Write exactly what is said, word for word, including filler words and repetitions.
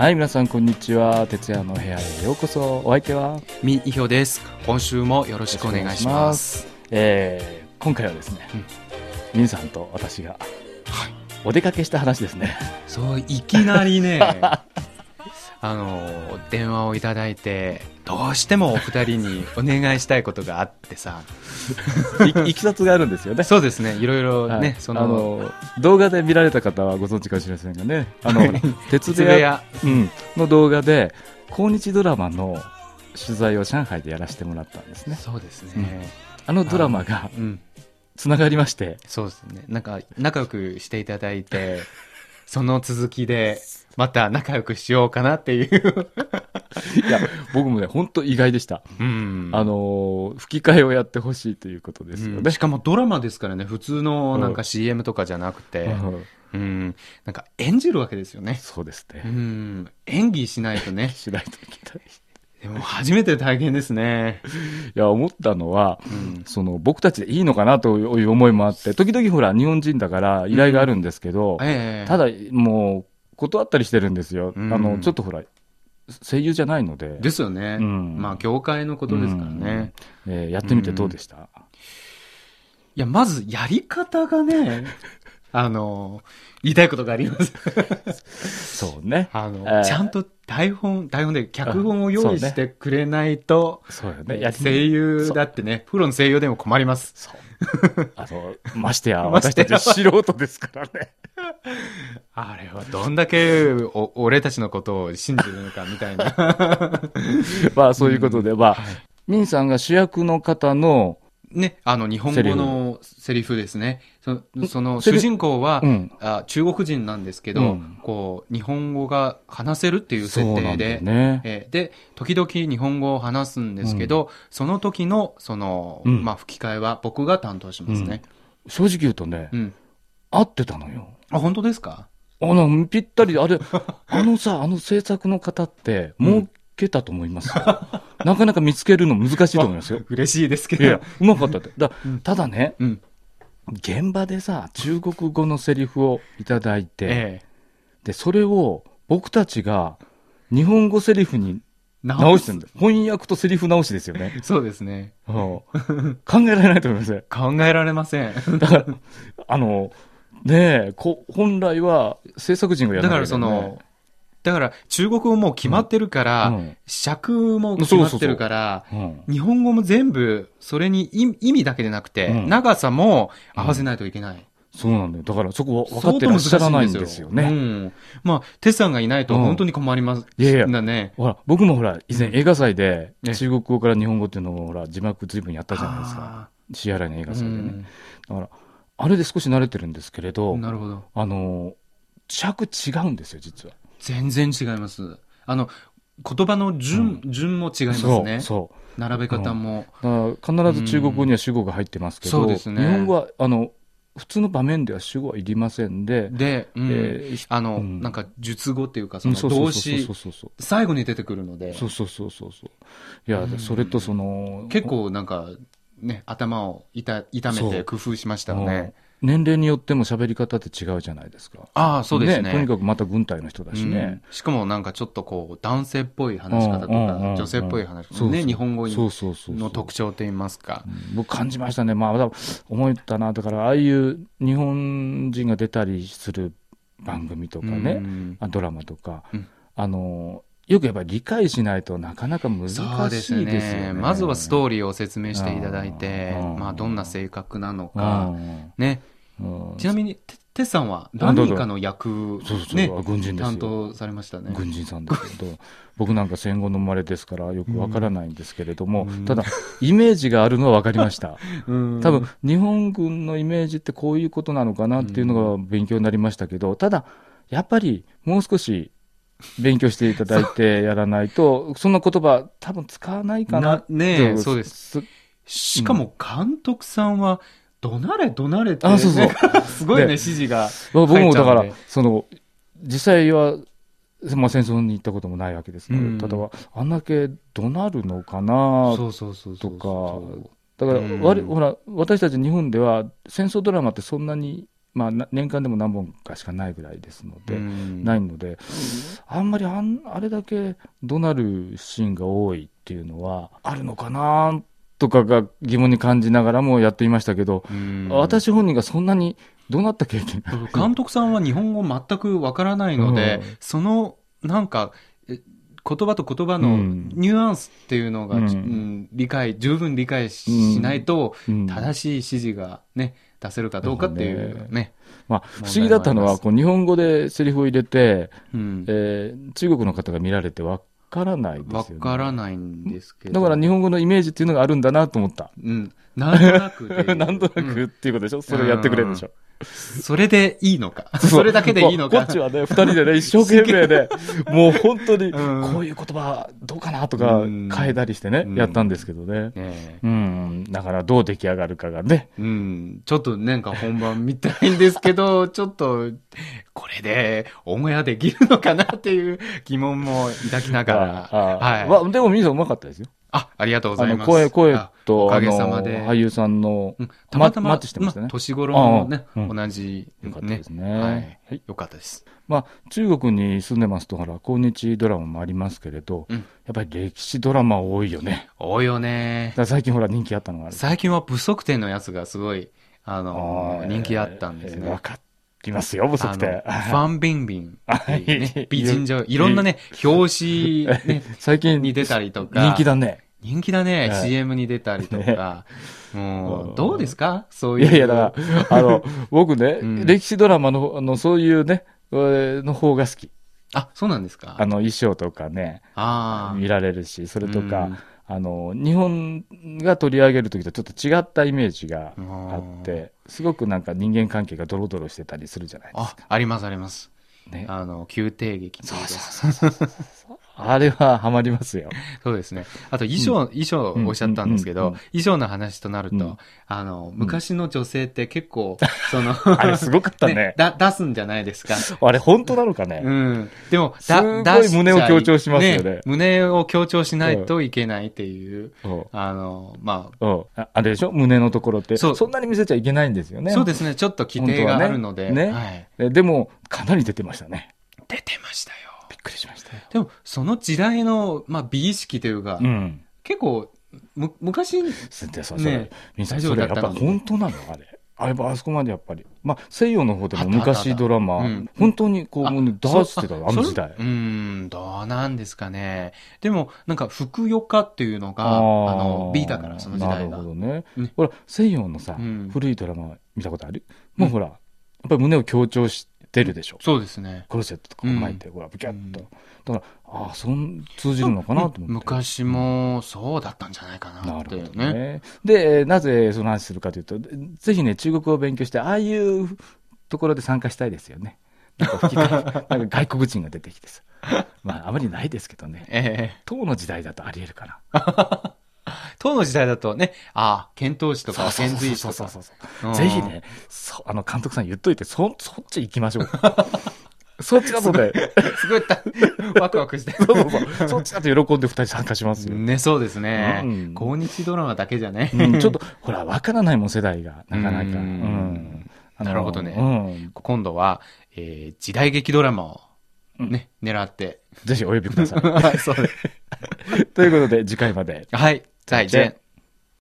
はい、皆さんこんにちは。哲也の部屋へようこそ。お相手はみいひょです。今週もよろしくお願いします。 えー、今回はですね、うん、みんさんと私が、はい、お出かけした話ですね。 そう、いきなりねあの電話をいただいて、どうしてもお二人にお願いしたいことがあってさい, いきさつがあるんですよね。 そうですね、いろいろね、はい、そのあの動画で見られた方はご存知かもしれませんがね、あの鉄部屋、うん、の動画で抗日ドラマの取材を上海でやらせてもらったんですね。 そうですね、 うん、あのドラマがつながりまして、 そうですね、なんか仲良くしていただいてその続きでまた仲良くしようかなっていういや僕もね本当意外でした、うん、あの吹き替えをやってほしいということですよね、 うん、しかもドラマですからね、普通のなんか シーエム とかじゃなくて、うんうん、なんか演じるわけですよね。 そうですね、 うん、演技しないとねしないといけない。 でも初めて体験ですね。 いや思ったのは、うん、その僕たちでいいのかなという思いもあって、時々ほら日本人だから依頼があるんですけど、うんえー、ただもう断ったりしてるんですよ、うん、あのちょっとほら声優じゃないので。 ですよね、うん、まあ業界のことですからね、 うんえー、やってみてどうでした？うん、いやまずやり方がねあの言いたいことがありますそうね、 あの、えー、ちゃんと台本台本で脚本を用意してくれないと、 そうよね、 声優だってね、プロの声優でも困ります。 そうあのましてや私たち素人ですからねあれはどんだけお俺たちのことを信じるのかみたいなまあそういうことで、うん、まあ、はい、ミンさんが主役の方のね、あの日本語のセリフですね。そ, その主人公は、うん、あ中国人なんですけど、うん、こう日本語が話せるっていう設定で、ねえー、で時々日本語を話すんですけど、うん、その時のその、うんまあ、吹き替えは僕が担当しますね。 うん、正直言うとね、うん、合ってたのよ。 あ、本当ですか？ あのぴったりあれあのさあの制作の方って儲けたと思いますよ、うん、なかなか見つけるの難しいと思いますよ。 嬉しいですけど、 いやうまかったってだ、うん、ただね、うん、現場でさ中国語のセリフをいただいて、ええ、でそれを僕たちが日本語セリフに直してるんだ。翻訳とセリフ直しですよね。 そうですね、 うん、考えられないと思いますね。 考えられませんだからあのねえこ本来は制作人がやらなきゃいけない、ね、だからそのだから中国語も決まってるから、うん、尺も決まってるから、そうそうそう、うん、日本語も全部それに意味だけでなくて、うん、長さも合わせないといけない、うん、 そうなんだよ。だからそこ分かってらっしゃらないんですよね。 うん、まあテスさんがいないと本当に困ります、 うん、いやいやだね。 ほら僕もほら以前映画祭で中国語から日本語っていうのをほら字幕随分やったじゃないですか。シアラの映画祭でね、うん、だからあれで少し慣れてるんですけれど、 なるほど、 あの尺違うんですよ実は。 全然違います。あの言葉の順、うん、順も違いますね。そうそう並べ方も、 うん、だから必ず中国語には主語が入ってますけど、うん、そうですね、日本語はあの普通の場面では主語はいりませんで、 で、うんえー、あの、うん、なんか述語っていうかその動詞最後に出てくるので、 そうそうそうそうそういや、うん、それとその結構なんかね頭を痛めて工夫しましたよね。 年齢によっても喋り方って違うじゃないですか。 ああ、そうですね。 ねとにかくまた軍隊の人だしね、 うん、しかもなんかちょっとこう男性っぽい話し方とか、うんうんうんうん、女性っぽい話し方ね、日本語の特徴といいますか、 うん、僕感じましたね。まあ思ったな。だからああいう日本人が出たりする番組とかね、うんうん、ドラマとか、うん、あのよくやっぱり理解しないとなかなか難しいですよね。そうですね。 まずはストーリーを説明していただいて、まあどんな性格なのかね。ちなみにテスさんは何かの役、 そうそうそう、ね、軍人ですよ。 担当されましたね。 軍人さんですけど僕なんか戦後の生まれですからよくわからないんですけれども、うん、ただイメージがあるのは分かりました、うん、多分日本軍のイメージってこういうことなのかなっていうのが勉強になりましたけど、ただやっぱりもう少し勉強していただいてやらないとそんな言葉多分使わないかなね。そうです。しかも監督さんは怒鳴れ怒鳴れって、 あ、そうそうすごいね指示が僕もだからその実際は、まあ、戦争に行ったこともないわけですので、うん、ただあんだけ怒鳴るのかなとか、だから、うん、ほら私たち日本では戦争ドラマってそんなにまあ、年間でも何本かしかないぐらいですので、ないので、あんまり あ, んあれだけ怒鳴るシーンが多いっていうのはあるのかなとかが疑問に感じながらもやっていましたけど、私本人がそんなに怒鳴った経験が監督さんは日本語全くわからないので、うん、そのなんか言葉と言葉のニュアンスっていうのが、うんうん、理解十分理解 し, しないと正しい指示がね出せるかどうかっていうね、ね、 まあ、不思議だったのはこう日本語でセリフを入れて、うんえー、中国の方が見られてわからないですよね。 わからないんですけど、 だから日本語のイメージっていうのがあるんだなと思った、 うん、なんとなくでなんとなくっていうことでしょ、うん、それをやってくれるんでしょ、うんそれでいいのかそれだけでいいのかこっちはね、二人でね、一生懸命で、もう本当に、こういう言葉どうかなとか変えたりしてね、やったんですけどね。うん。だからどう出来上がるかがね。 うん。ちょっとなんか本番みたいんですけど、ちょっと、これでオンエアできるのかなっていう疑問も抱きながら。 ああはい。まあ、でも皆さんうまかったですよ。 あ、ありがとうございます。 声、声と、おかげさまで。俳優さんの、 うん、たまたま、 マッチしてましたね。 年頃のね、うん、同じ、 ね。よかったですね。 はい。よかったです。 まあ、中国に住んでますと、ほら、抗日ドラマもありますけれど、うん、やっぱり歴史ドラマ多いよね。 多いよね。 だから最近ほら、人気あったのがある。 最近は不足点のやつがすごい、あの、人気あったんですね。 わかりますよ、不足点。 ファン・ビンビンっていうね、美人女優、いろんなね、表紙、ね、 最近に出たりとか。 人気だね。 人気だね、はい、シーエム に出たりとか。もう、どうですかそういう。 いやいや、だから、あの、僕ね、うん、歴史ドラマの、あの、そういうね、の方が好き。 あ、そうなんですか。 あの、衣装とかね、 あ見られるし、それとか、うん、あの、日本が取り上げるときとちょっと違ったイメージがあって、すごくなんか人間関係がドロドロしてたりするじゃないですか。 あ、ありますあります。ね、あの、宮廷劇そうそうそうそうそう。あれはハマりますよ。 そうですね。あと衣装、うん、衣装おっしゃったんですけど、うんうんうん、衣装の話となると、うん、あの、昔の女性って結構、その、 あれすごかったね。ねだ、出すんじゃないですか。 あれ本当なのかね。 うん。でも、 だ、すごい胸を強調しますよね。 ね胸を強調しないといけないっていう、うん、あの、まあ、うん。あれでしょ胸のところって。そう。そんなに見せちゃいけないんですよね。 そうですね。ちょっと規定があるので。 ね。ねはい、でも、かなり出てましたね。 出てましたよ。 びっくりしましたよ。 でも、その時代の、まあ、美意識というか、うん、結構、む、昔、ね、 そうね、みんなそれやっぱ本当なのあれ。あれあそこまでやっぱり。まあ、西洋の方でも昔ドラマ、うん、本当にこう、出してた、あの時代。 うん、どうなんですかね。でも、なんか、ふくよかっていうのが、あの、B だから、その時代が。 なるほどね。ねほら、西洋のさ、うん、古いドラマ見たことある？もうほら、やっぱり胸を強調して、出るでしょ。 そうですね。 コルセットとかを巻いて、うん、ほら、ブキャッと。だから、ああ、そん、通じるのかなと思って。 昔もそうだったんじゃないかなって、ね。なるほどね。 で、なぜその話するかというと、ぜひね、中国語を勉強して、ああいうところで参加したいですよね。なんか吹き替え、なんか外国人が出てきてさ。まあ、あまりないですけどね。ええ。唐の時代だとあり得るかな。 唐の時代だとね、ああ、遣唐使とか遣隋使とか。そうそうそうそう。ぜひね、そ、あの、監督さん言っといて、そ、そっち行きましょう。そっちだとね。 すごい、ワクワクして。 そうそうそう。そっちだと喜んで二人参加しますよ。 ね、そうですね。抗日ドラマだけじゃね。 ちょっと、ほら、わからないもん、世代が。なかなか。うん。 なるほどね。今度は、えー、時代劇ドラマをね、狙って。 ぜひお呼びください。 そうです。 ということで、次回まで。 はい。再见。